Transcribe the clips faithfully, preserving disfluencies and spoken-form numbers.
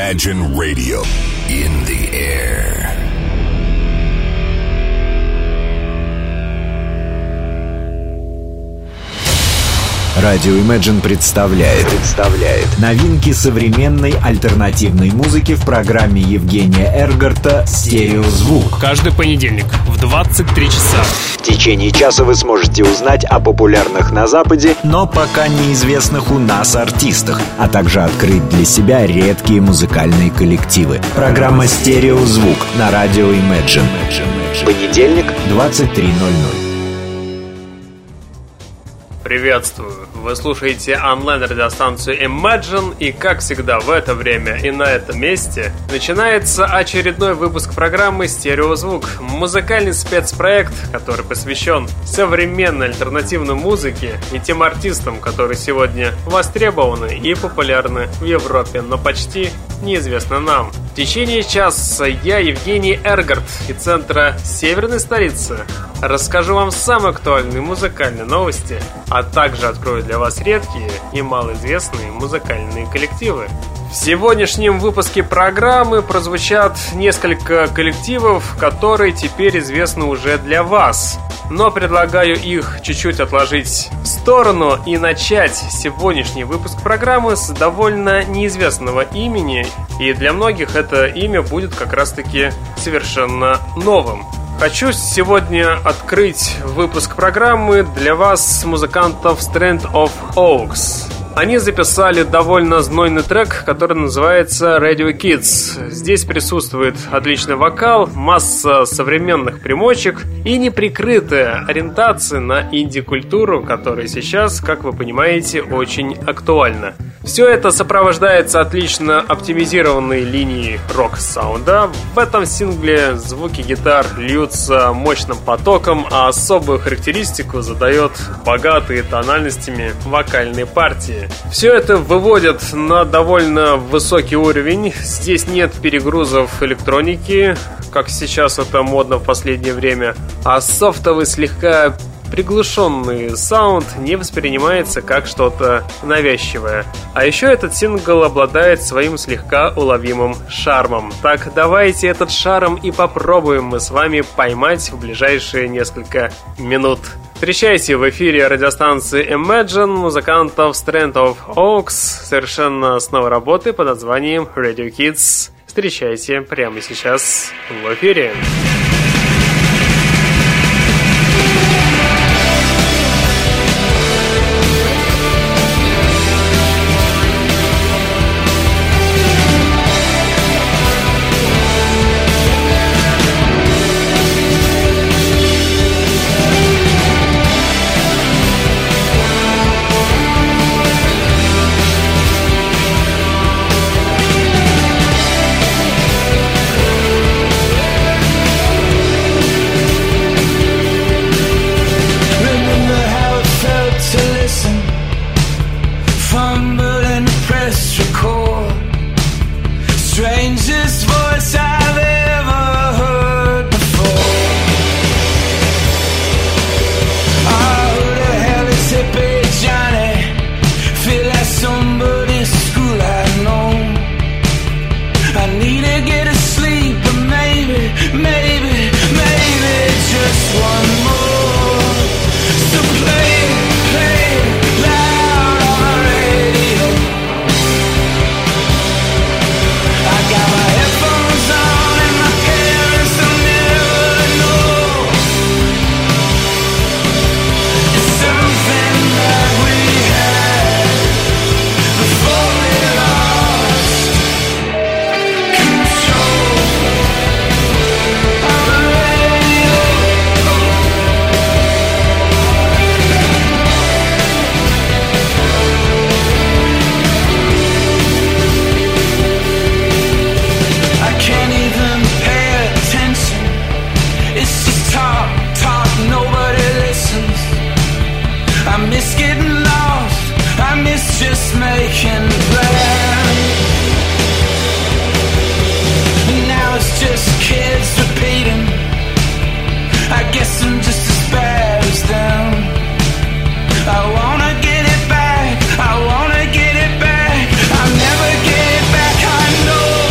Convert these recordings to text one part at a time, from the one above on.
Imagine Radio in the air. Радио Imagine представляет, представляет новинки современной альтернативной музыки в программе Евгения Эргарта «Стереозвук». Каждый понедельник в двадцать три часа. В течение часа вы сможете узнать о популярных на Западе, но пока неизвестных у нас артистах, а также открыть для себя редкие музыкальные коллективы. Программа «Стереозвук» на радио Imagine. Понедельник, двадцать три ноль ноль. Приветствую! Вы слушаете онлайн-радиостанцию Imagine, и, как всегда, в это время и на этом месте начинается очередной выпуск программы «Стереозвук». Музыкальный спецпроект, который посвящен современной альтернативной музыке и тем артистам, которые сегодня востребованы и популярны в Европе, но почти неизвестны нам. В течение часа я, Евгений Эргарт, из центра северной столицы, расскажу вам самые актуальные музыкальные новости, а также открою для вас редкие и малоизвестные музыкальные коллективы. В сегодняшнем выпуске программы прозвучат несколько коллективов, которые теперь известны уже для вас. Но предлагаю их чуть-чуть отложить в сторону и начать сегодняшний выпуск программы с довольно неизвестного имени. И для многих это имя будет как раз-таки совершенно новым. Хочу сегодня открыть выпуск программы для вас музыкантов Strand of Oaks. Они записали довольно знойный трек, который называется Radio Kids. Здесь присутствует отличный вокал, масса современных примочек и неприкрытая ориентация на инди-культуру, которая сейчас, как вы понимаете, очень актуальна. Все это сопровождается отлично оптимизированной линией рок-саунда. В этом сингле звуки гитар льются мощным потоком, а особую характеристику задает богатые тональностями вокальные партии. Все это выводит на довольно высокий уровень. Здесь нет перегрузов электроники, как сейчас это модно в последнее время, а софтовый слегка приглушенный саунд не воспринимается как что-то навязчивое. А еще этот сингл обладает своим слегка уловимым шармом. Так, давайте этот шарм и попробуем мы с вами поймать в ближайшие несколько минут. Встречайте в эфире радиостанции Imagine музыкантов Strand of Oaks совершенно с новой работы под названием Radio Kids. Встречайте прямо сейчас в эфире. I wanna get it back. I'll never get it back. I know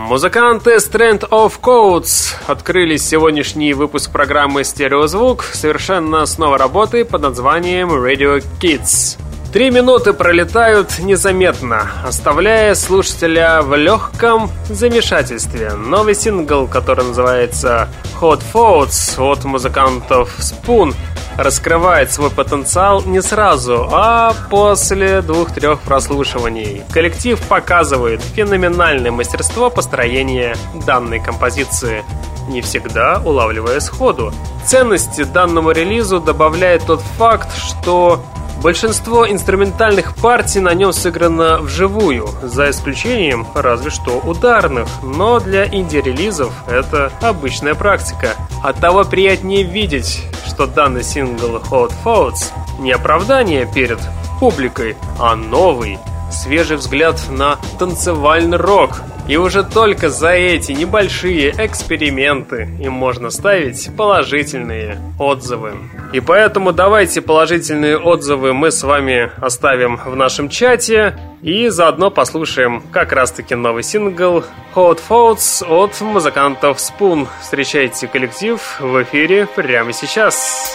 Музыканты Strand of Codes открыли сегодняшний выпуск программы «Стереозвук» совершенно с новой работы под названием Radio Kids. Три минуты пролетают незаметно, оставляя слушателя в легком замешательстве. Новый сингл, который называется Hot Thoughts от музыкантов Spoon, раскрывает свой потенциал не сразу, а после двух-трех прослушиваний. Коллектив показывает феноменальное мастерство построения данной композиции, не всегда улавливая сходу. Ценности данному релизу добавляет тот факт, что большинство инструментальных партий на нем сыграно вживую, за исключением разве что ударных, но для инди-релизов это обычная практика. Оттого приятнее видеть, что данный сингл Hot Thoughts не оправдание перед публикой, а новый, свежий взгляд на танцевальный рок. И уже только за эти небольшие эксперименты им можно ставить положительные отзывы. И поэтому давайте положительные отзывы мы с вами оставим в нашем чате и заодно послушаем как раз-таки новый сингл Hot Thoughts от музыкантов Spoon. Встречайте коллектив в эфире прямо сейчас.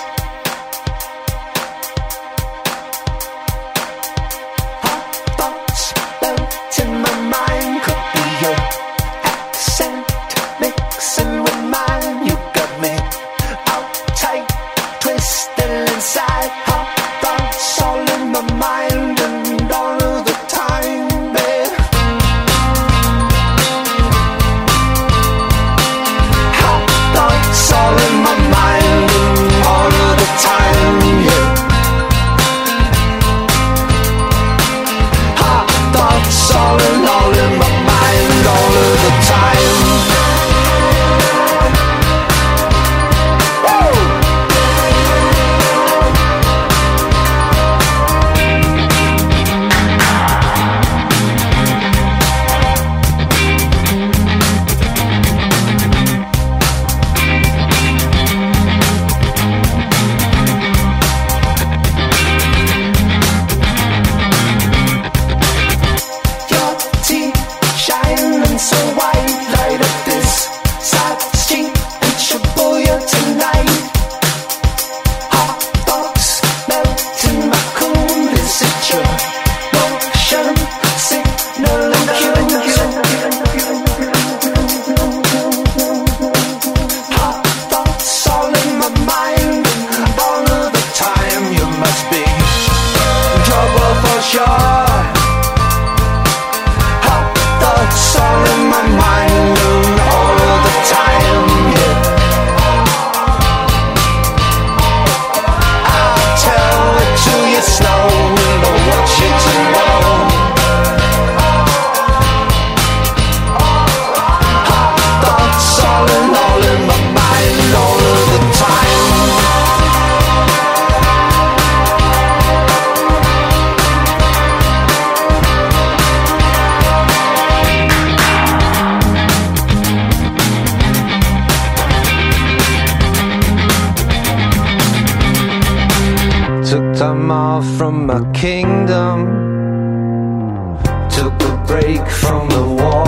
From my kingdom, took a break from the war,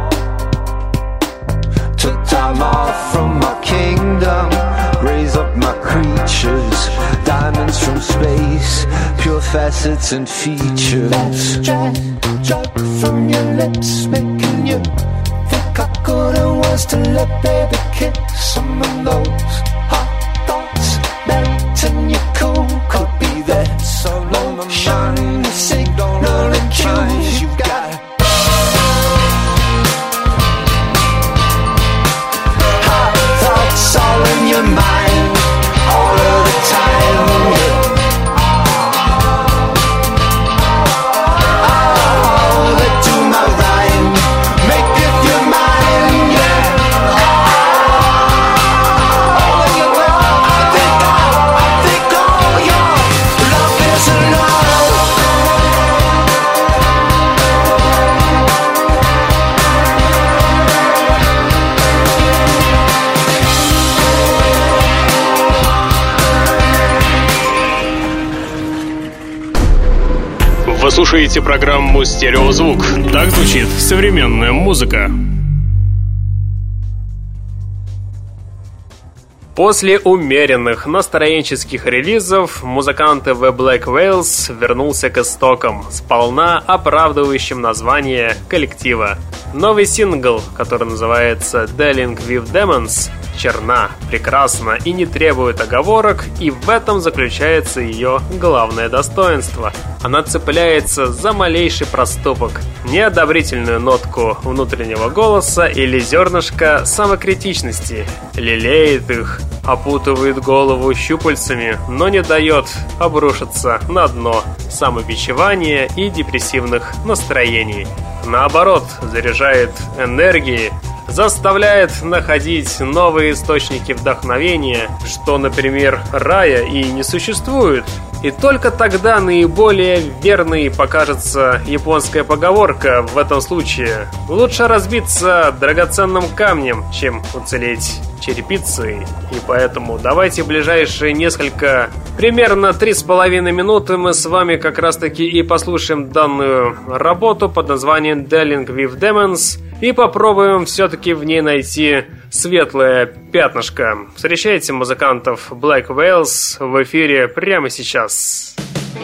took time off from my kingdom, raise up my creatures, diamonds from space, pure facets and features. Drag, drag from your lips, making you think I couldn't was to let baby kiss some of those hot thoughts, melting your cool, could be there. So long my mind, signal and cues you got. Hot thoughts all in your mind, all of the time, yeah. Oh, they do my rhyme, make it your mind, yeah. I think, I think all your love is enough. Вы слушаете программу «Стереозвук». Так звучит современная музыка. После умеренных настроенческих релизов музыканты The Black Whales вернулся к истокам, сполна оправдывающим название коллектива. Новый сингл, который называется Dealing with Demons, черна, прекрасна и не требует оговорок, и в этом заключается ее главное достоинство. Она цепляется за малейший проступок, неодобрительную нотку внутреннего голоса или зернышко самокритичности, лелеет их, опутывает голову щупальцами, но не дает обрушиться на дно самобичевания и депрессивных настроений. Наоборот, заряжает энергией, заставляет находить новые источники вдохновения, что, например, рая и не существует. И только тогда наиболее верной покажется японская поговорка в этом случае: лучше разбиться драгоценным камнем, чем уцелеть черепицей. И поэтому давайте в ближайшие несколько, примерно три с половиной минуты мы с вами как раз таки и послушаем данную работу под названием Dealing with Demons и попробуем все-таки в ней найти светлое пятнышко. Встречайте музыкантов Black Whales в эфире прямо сейчас.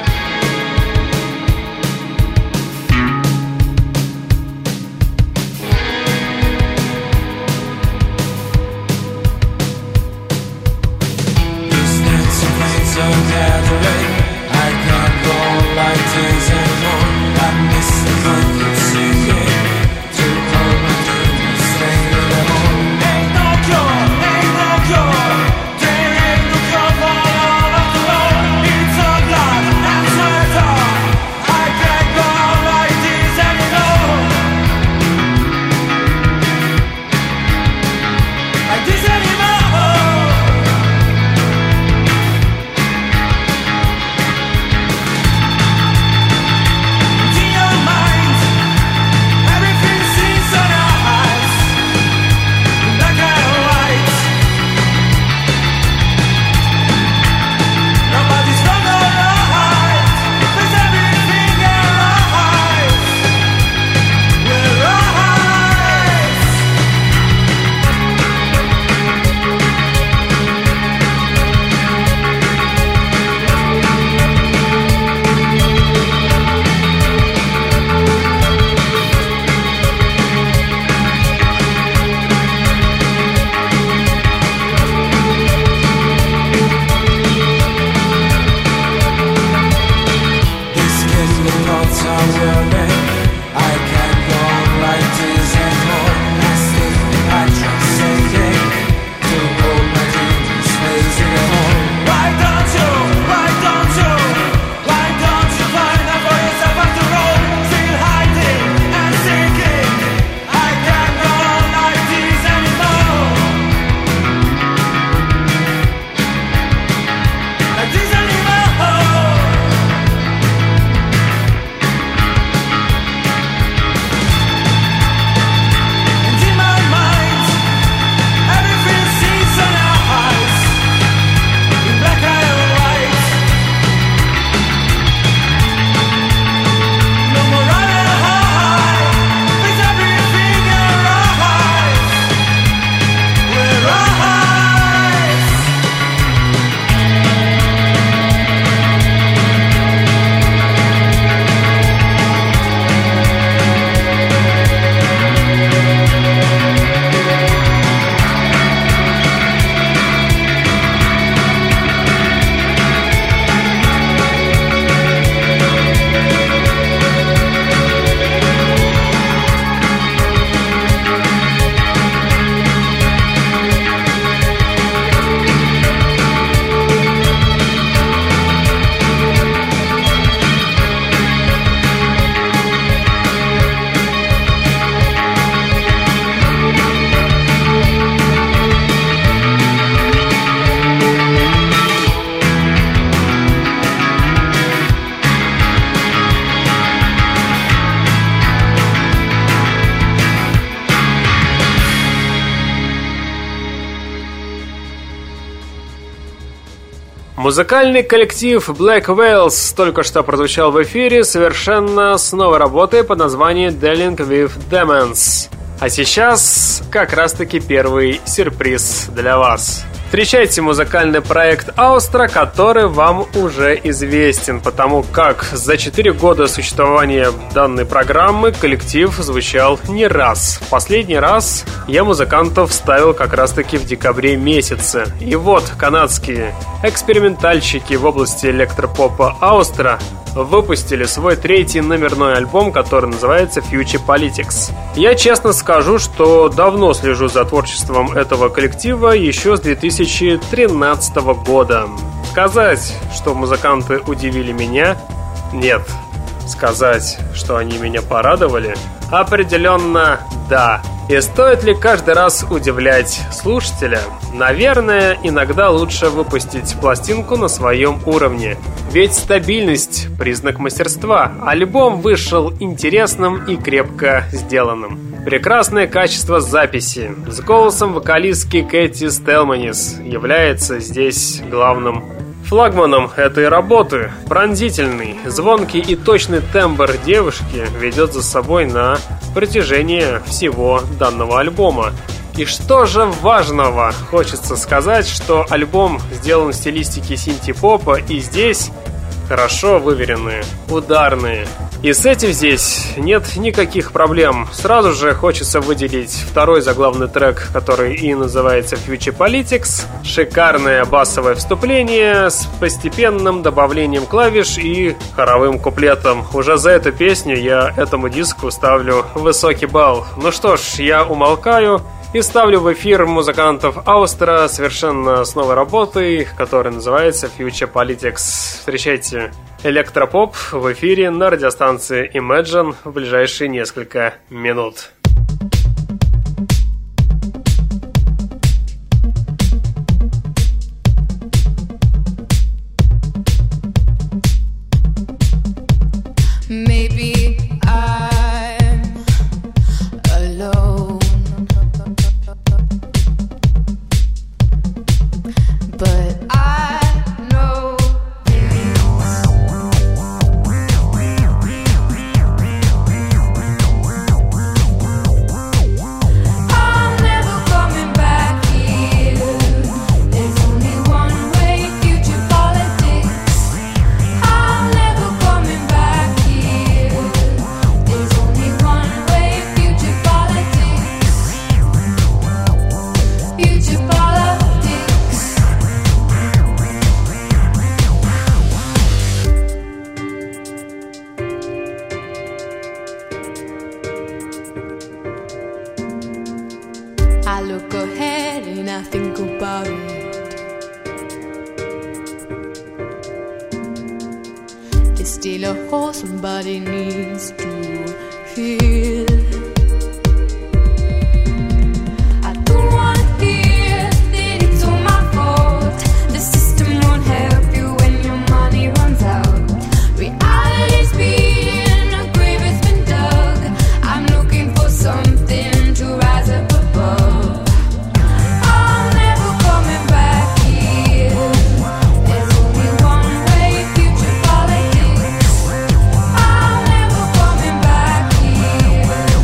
Музыкальный коллектив Black Whales только что прозвучал в эфире совершенно с новой работой под названием Dealing with Demons. А сейчас как раз таки первый сюрприз для вас. Встречайте музыкальный проект Аустра, который вам уже известен, потому как за четыре года существования данной программы коллектив звучал не раз. Последний раз я музыкантов ставил как раз-таки в декабре месяце. И вот канадские экспериментальщики в области электропопа Аустра выпустили свой третий номерной альбом, который называется Future Politics. Я честно скажу, что давно слежу за творчеством этого коллектива еще с две тысячи тринадцатого года. Сказать, что музыканты удивили меня, нет. Сказать, что они меня порадовали, определенно да. И стоит ли каждый раз удивлять слушателя? Наверное, иногда лучше выпустить пластинку на своем уровне. Ведь стабильность – признак мастерства. Альбом вышел интересным и крепко сделанным. Прекрасное качество записи. С голосом вокалистки Кэти Стелманис является здесь главным флагманом этой работы. Пронзительный, звонкий и точный тембр девушки ведет за собой на протяжении всего данного альбома. И что же важного? Хочется сказать, что альбом сделан в стилистике синти-попа, и здесь хорошо выверенные, ударные. И с этим здесь нет никаких проблем. Сразу же хочется выделить второй заглавный трек, который и называется Future Politics. Шикарное басовое вступление с постепенным добавлением клавиш и хоровым куплетом. Уже за эту песню я этому диску ставлю высокий балл. Ну что ж, я умолкаю и ставлю в эфир музыкантов Аустра совершенно с новой работой, которая называется Future Politics. Встречайте электропоп в эфире на радиостанции Imagine в ближайшие несколько минут. Politics.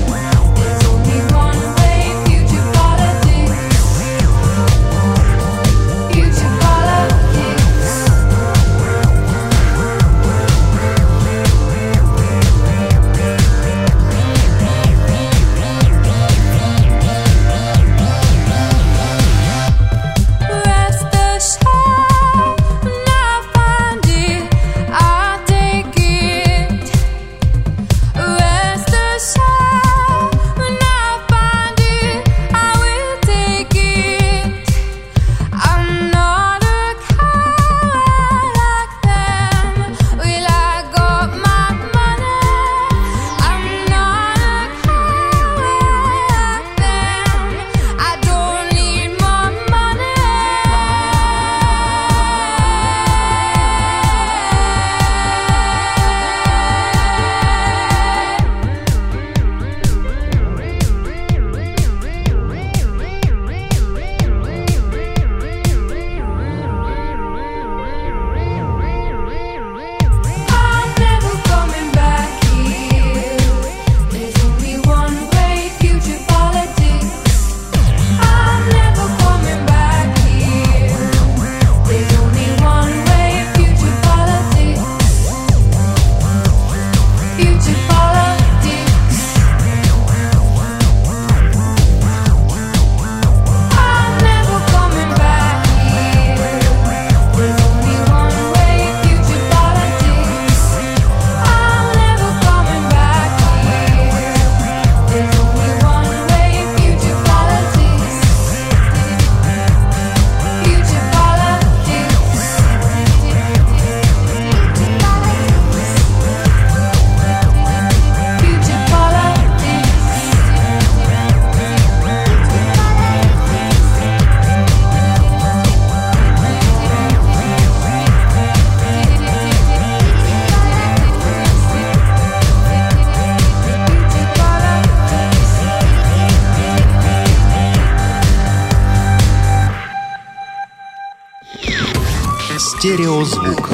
Стереозвук.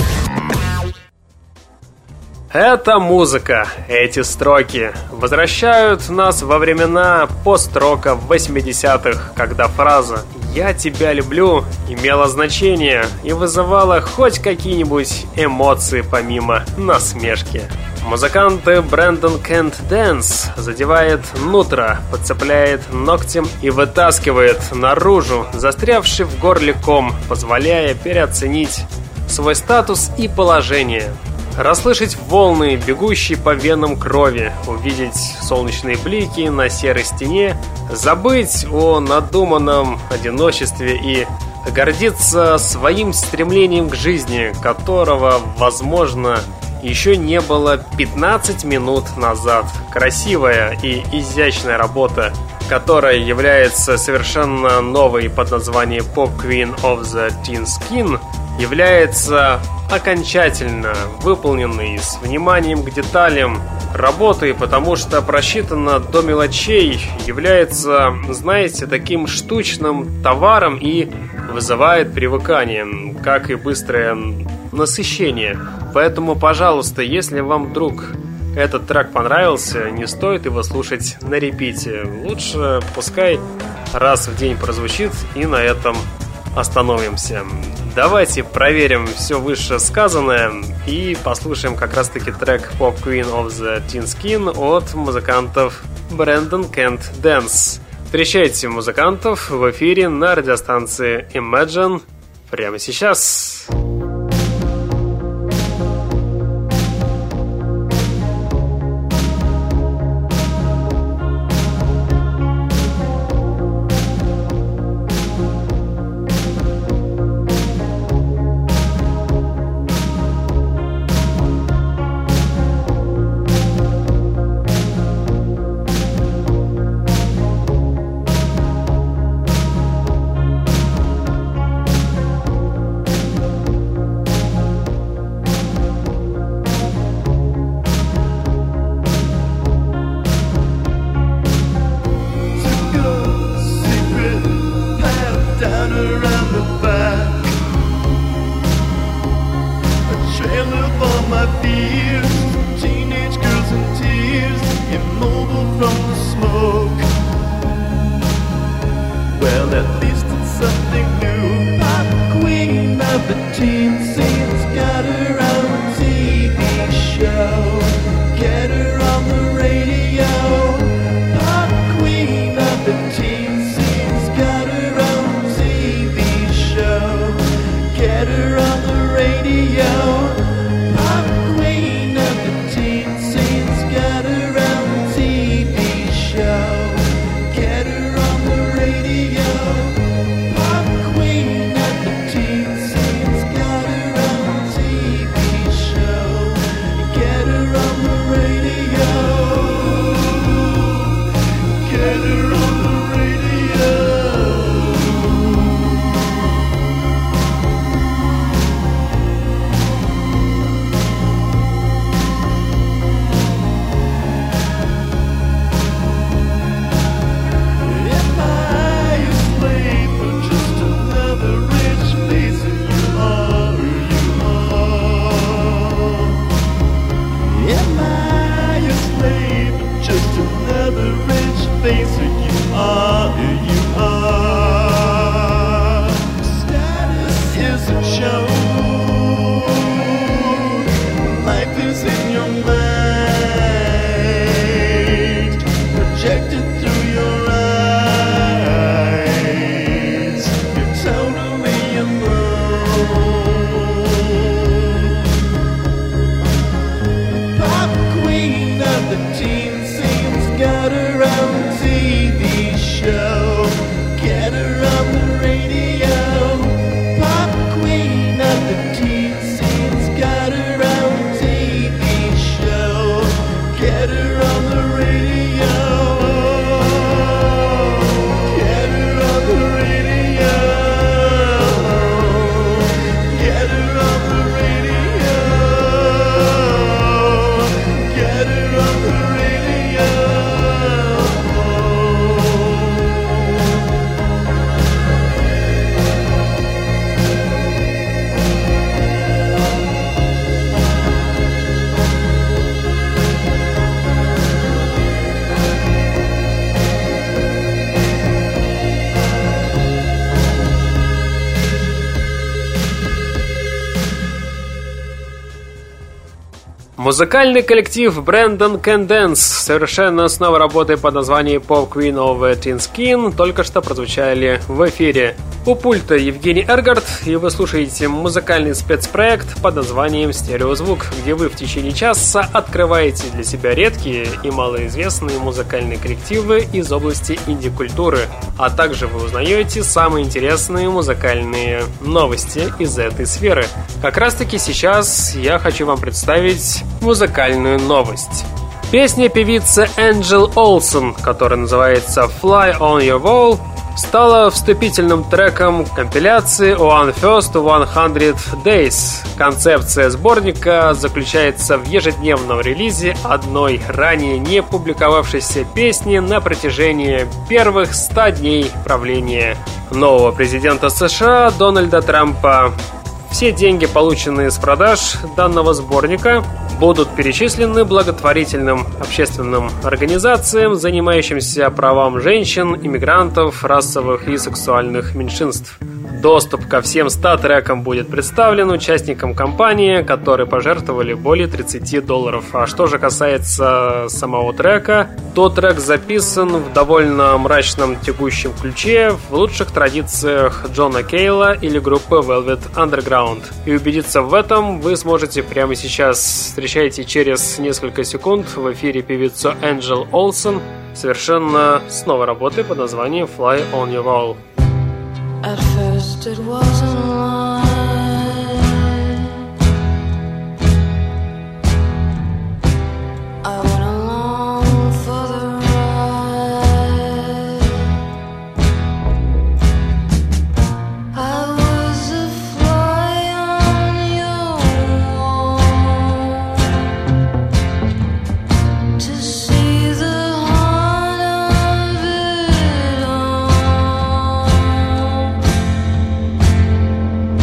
Эта музыка, эти строки возвращают нас во времена пост-рока восьмидесятых, когда фраза «Я тебя люблю» имела значение и вызывала хоть какие-нибудь эмоции помимо насмешки. Музыканты Брэндон Кент Дэнс задевает нутро, подцепляет ногтем и вытаскивает наружу застрявший в горле ком, позволяя переоценить свой статус и положение. Расслышать волны, бегущие по венам крови, увидеть солнечные блики на серой стене, забыть о надуманном одиночестве и гордиться своим стремлением к жизни, которого, возможно, еще не было пятнадцать минут назад. Красивая и изящная работа, которая является совершенно новой под названием Pop Queen of the Teen Skin, является окончательно выполненной с вниманием к деталям работой, потому что просчитана до мелочей, является, знаете, таким штучным товаром и вызывает привыкание, как и быстрое насыщение. Поэтому, пожалуйста, если вам вдруг этот трек понравился, не стоит его слушать на репите. Лучше пускай раз в день прозвучит, и на этом остановимся. Давайте проверим все вышесказанное и послушаем как раз-таки трек Pop Queen of the Teen Skin от музыкантов Bрэндон Кент Дэнс. Встречайте музыкантов в эфире на радиостанции Imagine прямо сейчас. Музыкальный коллектив Brandon Can Dance совершенно с новой работой под названием Pop Queen of Thin Skin только что прозвучали в эфире. У пульта Евгений Эргард, и вы слушаете музыкальный спецпроект под названием «Стереозвук», где вы в течение часа открываете для себя редкие и малоизвестные музыкальные коллективы из области инди-культуры, а также вы узнаете самые интересные музыкальные новости из этой сферы. Как раз таки сейчас я хочу вам представить музыкальную новость. Песня певицы Энджел Олсен, которая называется «Fly on Your Wall», стала вступительным треком компиляции One First One Hundred Days. Концепция сборника заключается в ежедневном релизе одной ранее не публиковавшейся песни на протяжении первых ста дней правления нового президента США Дональда Трампа. Все деньги, полученные с продаж данного сборника, будут перечислены благотворительным общественным организациям, занимающимся правам женщин, иммигрантов, расовых и сексуальных меньшинств. Доступ ко всем ста трекам будет представлен участникам кампании, которые пожертвовали более тридцати долларов. А что же касается самого трека, то трек записан в довольно мрачном тягущем ключе, в лучших традициях Джона Кейла или группы Velvet Underground. И убедиться в этом вы сможете прямо сейчас. Встречайте через несколько секунд в эфире певицу Энджел Олсен совершенно с новой работой под названием Fly on Your Wall. At first it wasn't right. I went along for the ride. I was a fly on your wall to see the heart of it all.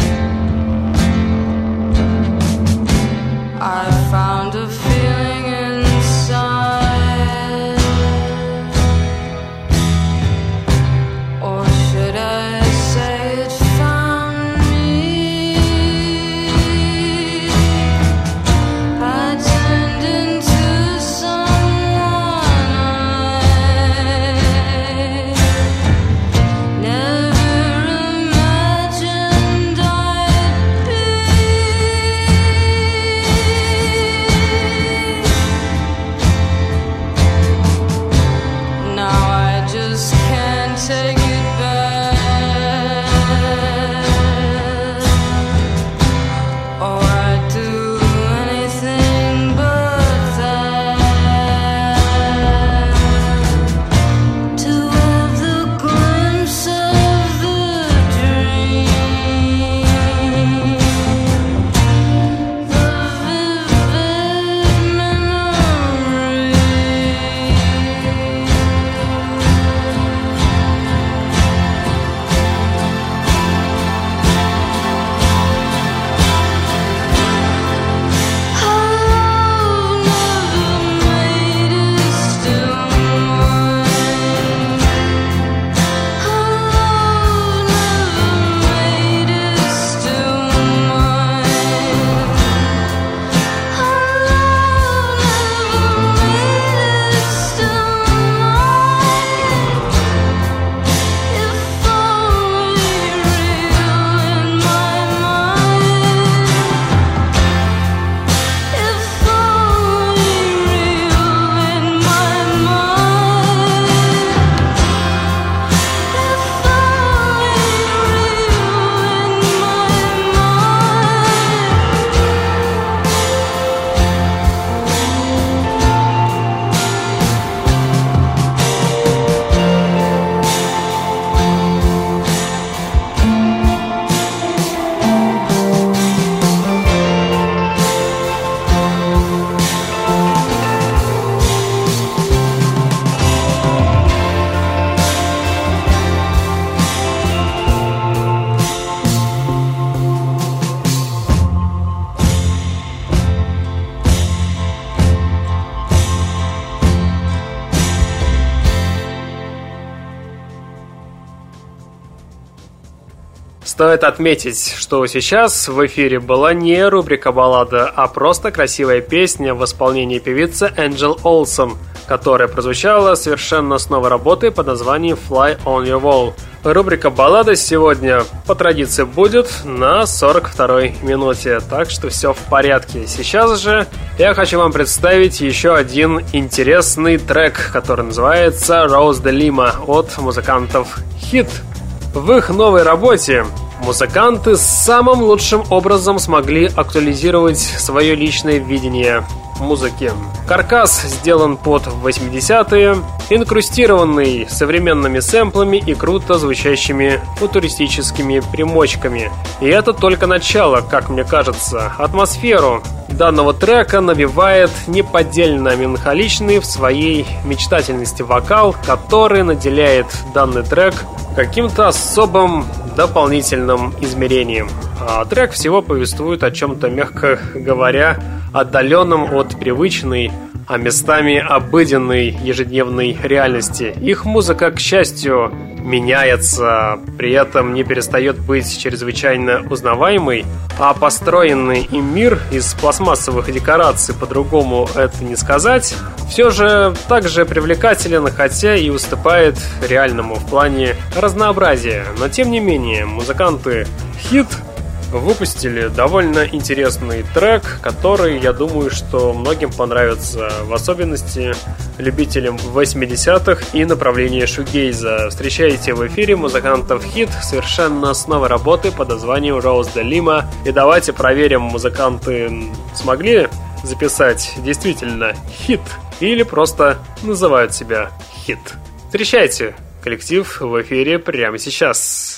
Стоит отметить, что сейчас в эфире была не рубрика «Баллада», а просто красивая песня в исполнении певицы Энджел Олсон, которая прозвучала совершенно с новой работы под названием «Fly on Your Wall». Рубрика «Баллада» сегодня по традиции будет на сорок второй минуте, так что все в порядке. Сейчас же я хочу вам представить еще один интересный трек, который называется «Rose de Lima» от музыкантов «Hit». В их новой работе музыканты самым лучшим образом смогли актуализировать свое личное видение музыки. Каркас сделан под восьмидесятые, инкрустированный современными сэмплами и круто звучащими футуристическими примочками. И это только начало, как мне кажется. Атмосферу данного трека навевает неподдельно меланхоличный в своей мечтательности вокал, который наделяет данный трек каким-то особым дополнительным измерением. А трек всего повествует о чем-то, мягко говоря, отдаленном от привычной, а местами обыденной ежедневной реальности. Их музыка, к счастью, меняется, при этом не перестает быть чрезвычайно узнаваемой, а построенный им мир из пластмассовых декораций, по-другому это не сказать, все же также привлекателен, хотя и уступает реальному в плане разнообразия. Но тем не менее, музыканты Hit выпустили довольно интересный трек, который, я думаю, что многим понравится, в особенности любителям восьмидесятых и направления шугейза. Встречайте в эфире музыкантов Hit совершенно с новой работы под названием Rose de Lima. И давайте проверим, музыканты смогли записать действительно хит или просто называют себя Hit. Встречайте коллектив в эфире прямо сейчас.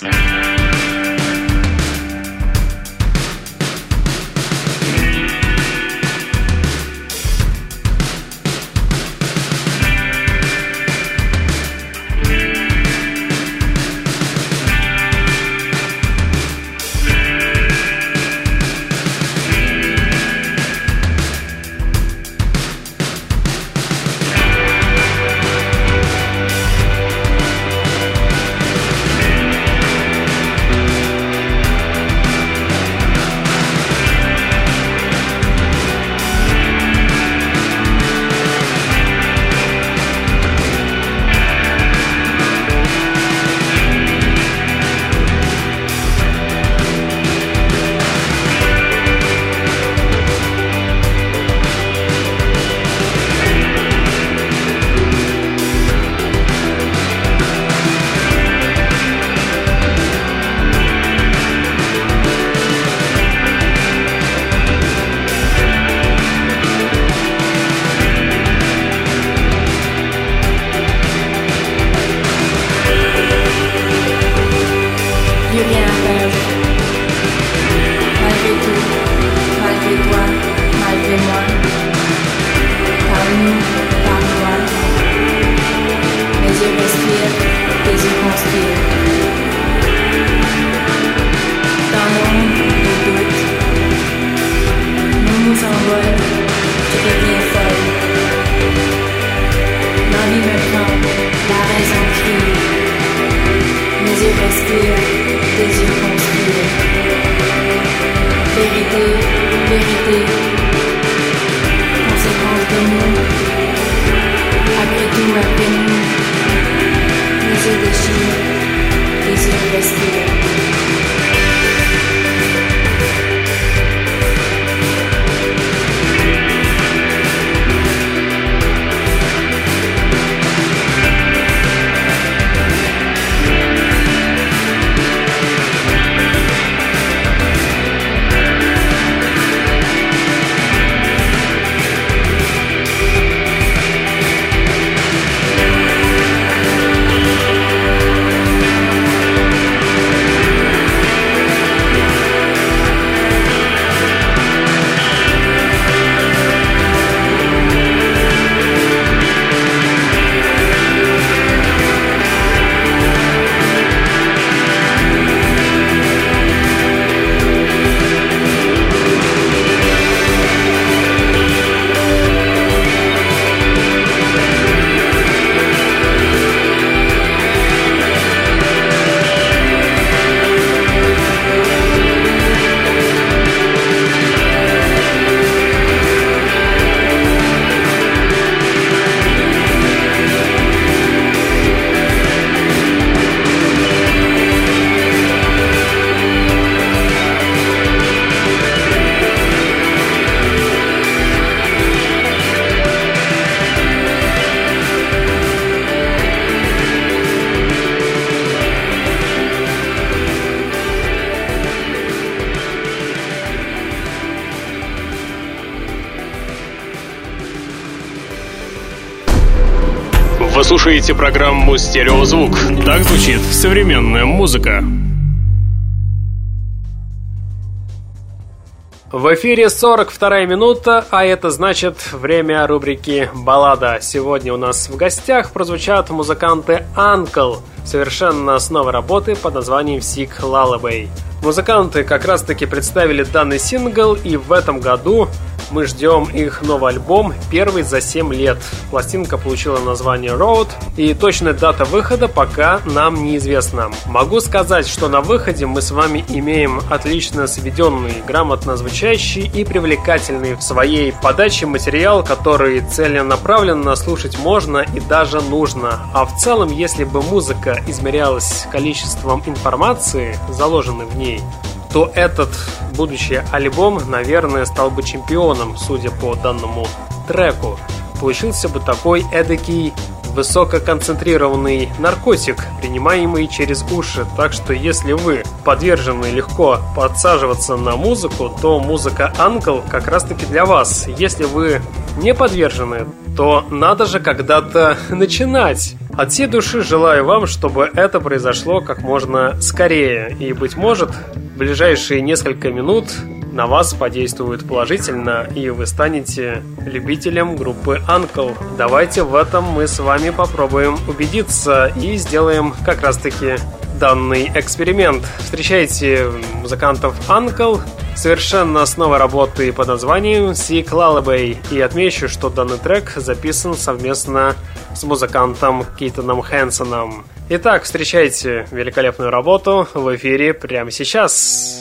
Thank Вы слушаете программу «Стереозвук». Так звучит современная музыка. В эфире сорок вторая минута, а это значит время рубрики «Баллада». Сегодня у нас в гостях прозвучат музыканты Uncle, совершенно с новой работы под названием Sick Lullaby. Музыканты как раз-таки представили данный сингл, и в этом году мы ждем их новый альбом, первый за семь лет. Пластинка получила название Road, и точная дата выхода пока нам неизвестна. Могу сказать, что на выходе мы с вами имеем отлично сведенный, грамотно звучащий и привлекательный в своей подаче материал, который целенаправленно слушать можно и даже нужно. А в целом, если бы музыка измерялась количеством информации, заложенной в ней, то этот будущий альбом, наверное, стал бы чемпионом, судя по данному треку. Получился бы такой эдакий высококонцентрированный наркотик, принимаемый через уши. Так что если вы подвержены легко подсаживаться на музыку, то музыка Uncle как раз-таки для вас. Если вы не подвержены, то надо же когда-то начинать. От всей души желаю вам, чтобы это произошло как можно скорее. И, быть может, в ближайшие несколько минут на вас подействует положительно, и вы станете любителем группы Uncle. Давайте в этом мы с вами попробуем убедиться и сделаем как раз-таки данный эксперимент. Встречайте музыкантов Uncle совершенно с новой работы под названием Sick Lullaby. И отмечу, что данный трек записан совместно с музыкантом Кейтоном Хэнсоном. Итак, встречайте великолепную работу в эфире прямо сейчас.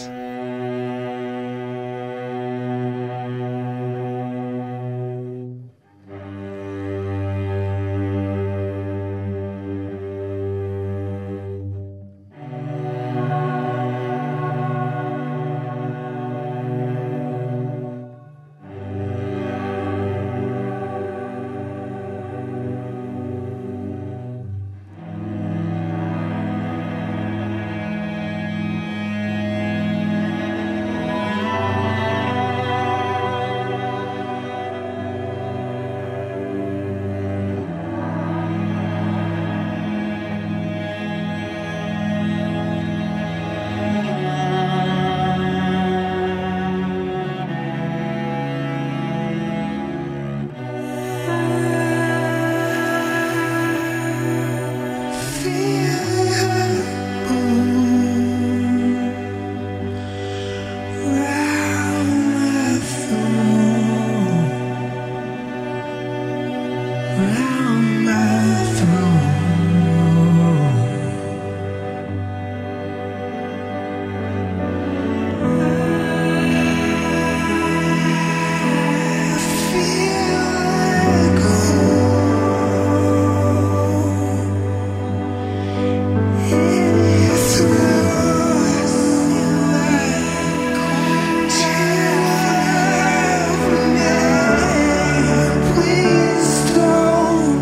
Please don't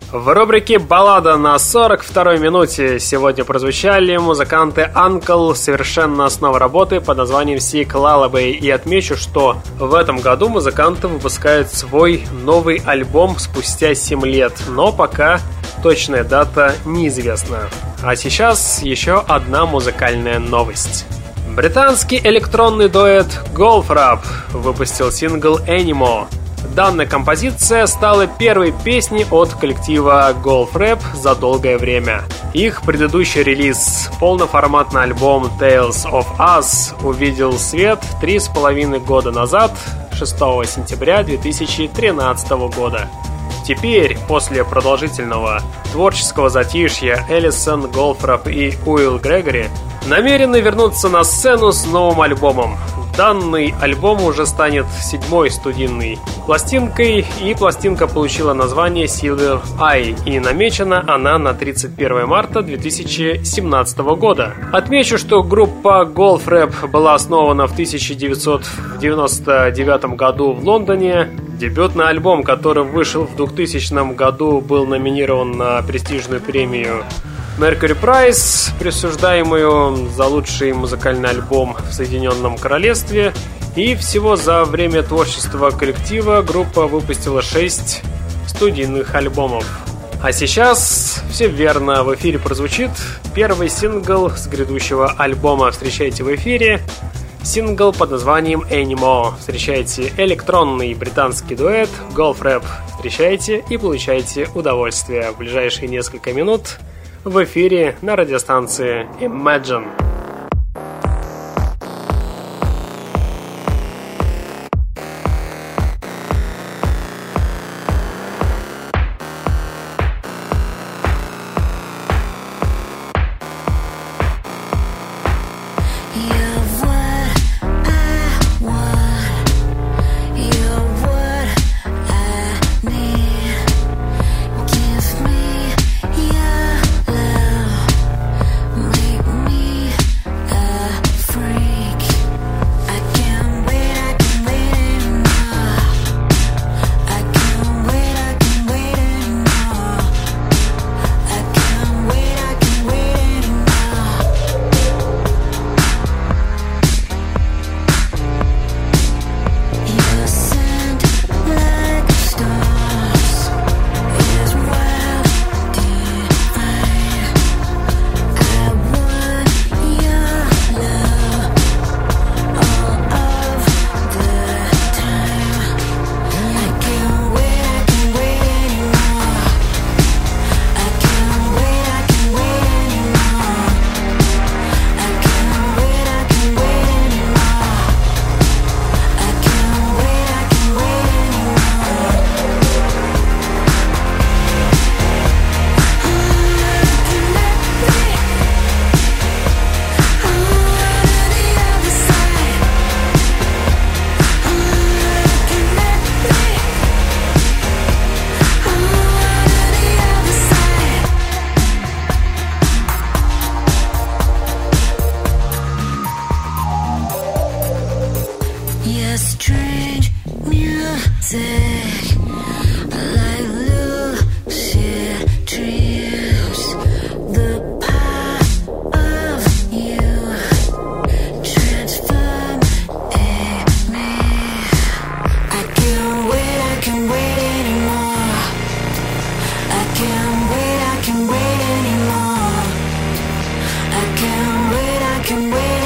В рубрике «Баллада» на сорок второй минуте сегодня прозвучали музыканты Uncle совершенно с новой работы под названием Sick Lullaby. И отмечу, что в этом году музыканты выпускают свой новый альбом спустя семь лет, но пока точная дата неизвестна. А сейчас еще одна музыкальная новость. Британский электронный дуэт Goldfrapp выпустил сингл Anymore. Данная композиция стала первой песней от коллектива Goldfrapp за долгое время. Их предыдущий релиз, полноформатный альбом Tales of Us, увидел свет три с половиной года назад, шестого сентября две тысячи тринадцатого года. Теперь, после продолжительного творческого затишья, Элисон, Goldfrapp и Уилл Грегори намерены вернуться на сцену с новым альбомом. Данный альбом уже станет седьмой студийной пластинкой, и пластинка получила название Silver Eye, и намечена она на тридцать первое марта две тысячи семнадцатого года. Отмечу, что группа Goldfrapp была основана в тысяча девятьсот девяносто девятом году в Лондоне. Дебютный альбом, который вышел в двухтысячном году, был номинирован на престижную премию Mercury Prize, присуждаемую за лучший музыкальный альбом в Соединенном Королевстве. И всего за время творчества коллектива группа выпустила шесть студийных альбомов. А сейчас все верно, в эфире прозвучит первый сингл с грядущего альбома. Встречайте в эфире сингл под названием Anymore. Встречайте электронный британский дуэт Goldfrapp. Встречайте и получайте удовольствие в ближайшие несколько минут в эфире на радиостанции Imagine.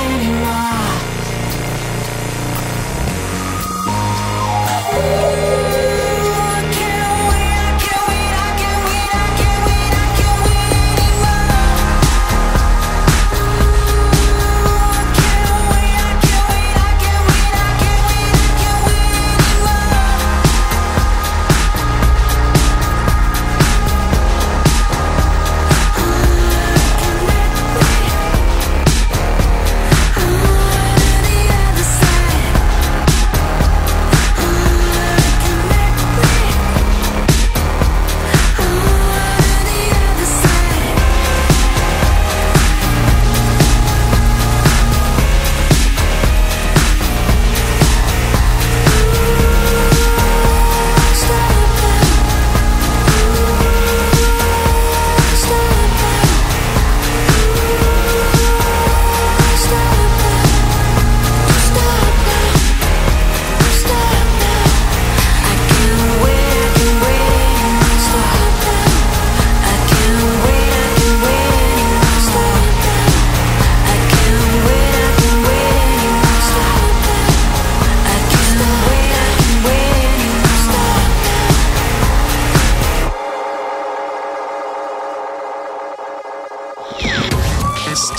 Anymore.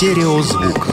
Стереозвук.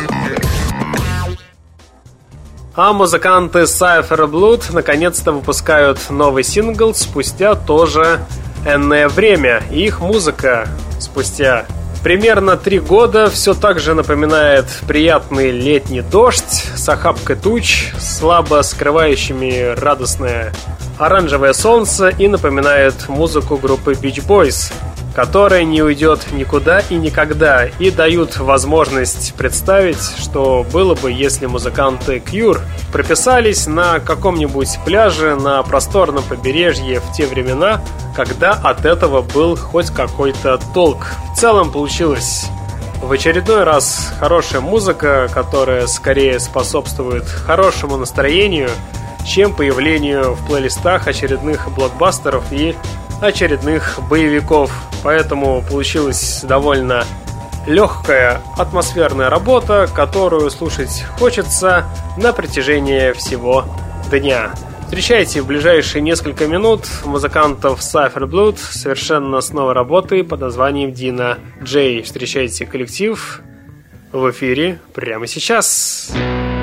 А музыканты Cypher Blood наконец-то выпускают новый сингл спустя тоже энное время. И их музыка спустя примерно три года все так же напоминает приятный летний дождь с охапкой туч, слабо скрывающими радостное оранжевое солнце, и напоминает музыку группы Beach Boys, которая не уйдет никуда и никогда, и дают возможность представить, что было бы, если музыканты Cure прописались на каком-нибудь пляже на просторном побережье в те времена, когда от этого был хоть какой-то толк. В целом получилось в очередной раз хорошая музыка, которая скорее способствует хорошему настроению, чем появлению в плейлистах очередных блокбастеров и очередных боевиков. Поэтому получилась довольно легкая атмосферная работа, которую слушать хочется на протяжении всего дня. Встречайте в ближайшие несколько минут музыкантов Cypher Blood совершенно с новой работой под названием Dina J. Встречайте коллектив в эфире прямо сейчас.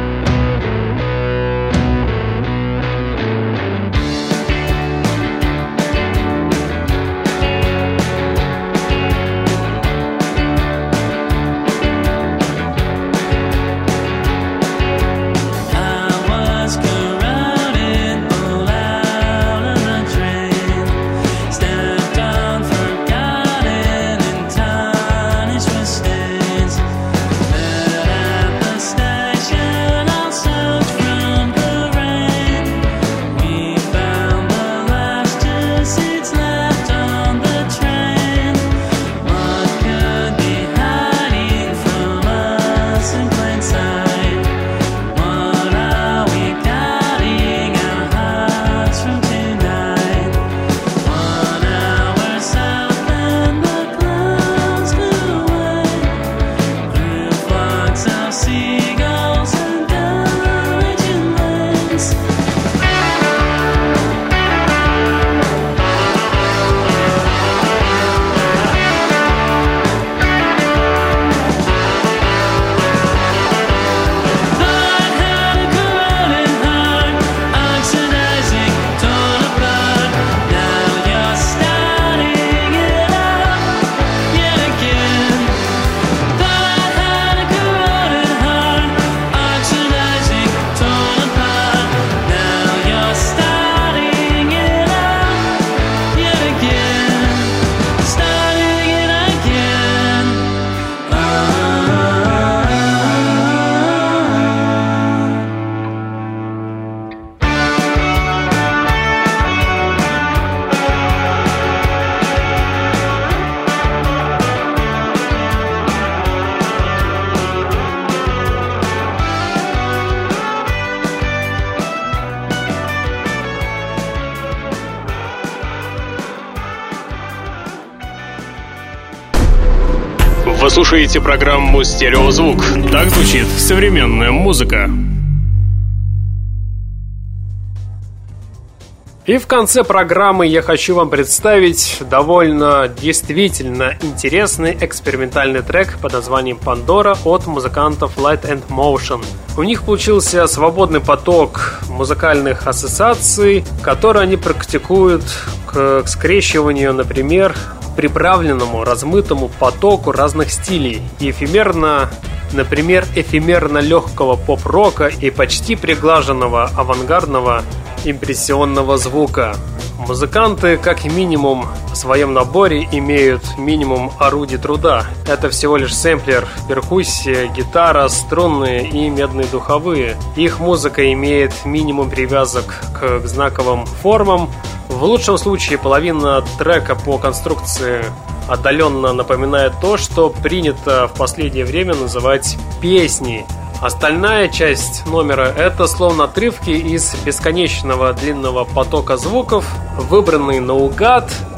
Вы слушаете программу «Стереозвук». Так звучит современная музыка. И в конце программы я хочу вам представить довольно действительно интересный экспериментальный трек под названием «Пандора» от музыкантов Light and Motion. У них получился свободный поток музыкальных ассоциаций, которые они практикуют к скрещиванию, например, приправленному, размытому потоку разных стилей. И эфемерно, например, эфемерно-легкого поп-рока и почти приглаженного авангардного импрессионного звука. Музыканты, как минимум, в своем наборе имеют минимум орудий труда. Это всего лишь сэмплер, перкуссия, гитара, струнные и медные духовые. Их музыка имеет минимум привязок к знаковым формам. В лучшем случае половина трека по конструкции отдаленно напоминает то, что принято в последнее время называть песней. Остальная часть номера — это словно отрывки из бесконечного длинного потока звуков, выбранные наугад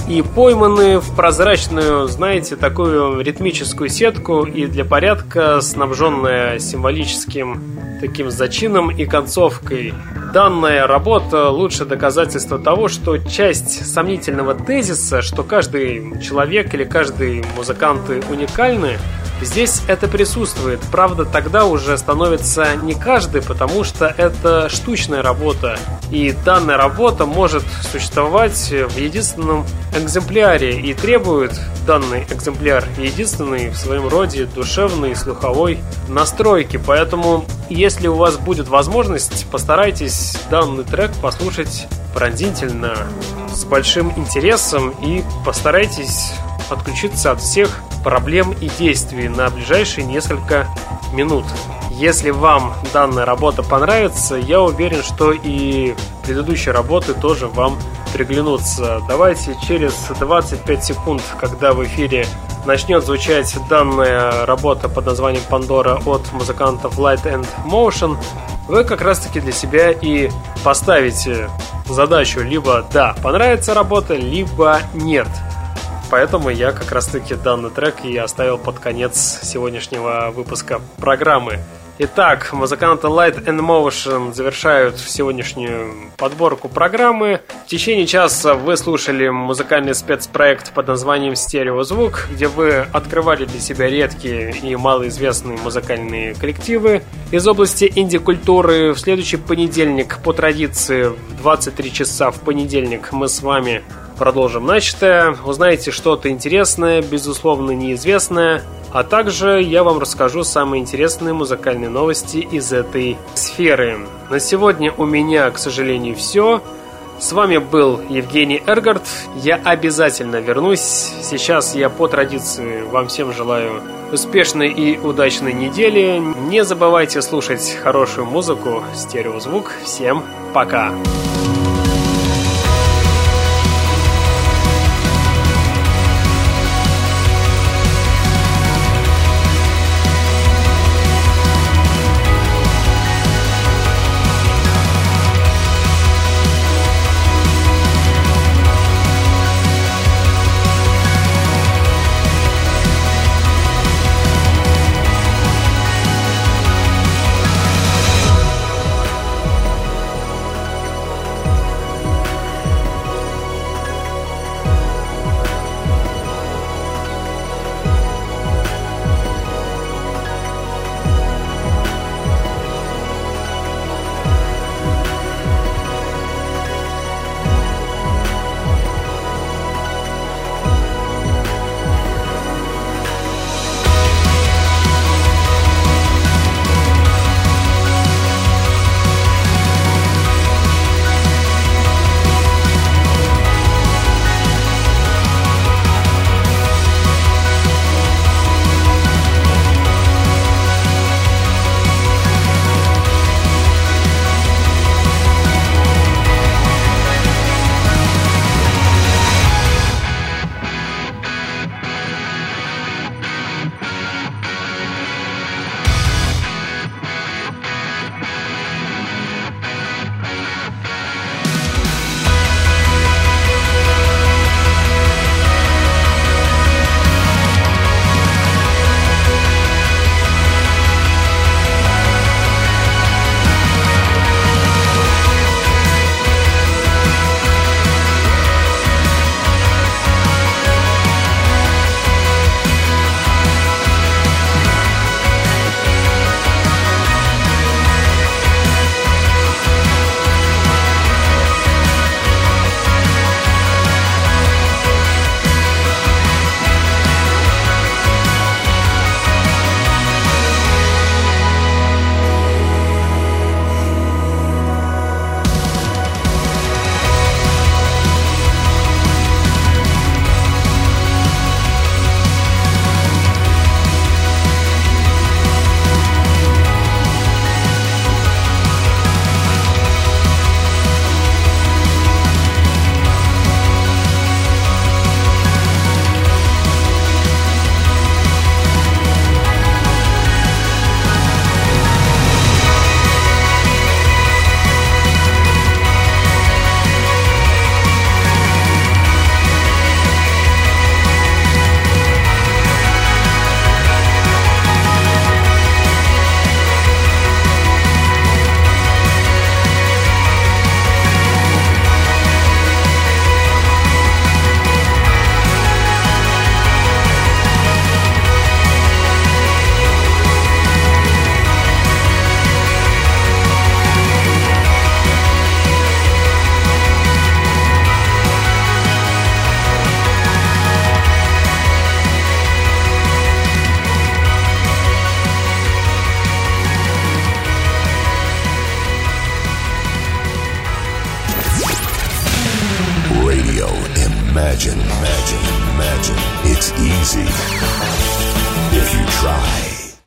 и пойманы в прозрачную, знаете, такую ритмическую сетку и для порядка снабженная символическим таким зачином и концовкой. Данная работа лучшее доказательство того, что часть сомнительного тезиса, что каждый человек или каждый музыкант уникальны, здесь это присутствует. Правда, тогда уже становится не каждый, потому что это штучная работа. И данная работа может существовать в единственном экземпляре и требует данный экземпляр единственной в своем роде душевной и слуховой настройки. Поэтому, если у вас будет возможность, постарайтесь данный трек послушать пронзительно, с большим интересом и постарайтесь отключиться от всех проблем и действий на ближайшие несколько минут. Если вам данная работа понравится, я уверен, что и предыдущие работы тоже вам приглянутся. Давайте через двадцать пять секунд, когда в эфире начнет звучать данная работа под названием «Пандора» от музыкантов Light and Motion, вы как раз таки для себя и поставите задачу либо «да, понравится работа», либо «нет». Поэтому я как раз таки данный трек и оставил под конец сегодняшнего выпуска программы. Итак, музыканты Light and Motion завершают сегодняшнюю подборку программы. В течение часа вы слушали музыкальный спецпроект под названием «Стереозвук», где вы открывали для себя редкие и малоизвестные музыкальные коллективы из области инди-культуры. В следующий понедельник, по традиции, в двадцать три часа в понедельник мы с вами продолжим начатое. Узнаете что-то интересное, безусловно неизвестное. А также я вам расскажу самые интересные музыкальные новости из этой сферы. На сегодня у меня, к сожалению, все. С вами был Евгений Эргард. Я обязательно вернусь. Сейчас я по традиции вам всем желаю успешной и удачной недели. Не забывайте слушать хорошую музыку, стереозвук. Всем пока! Imagine, imagine, imagine. It's easy if you try.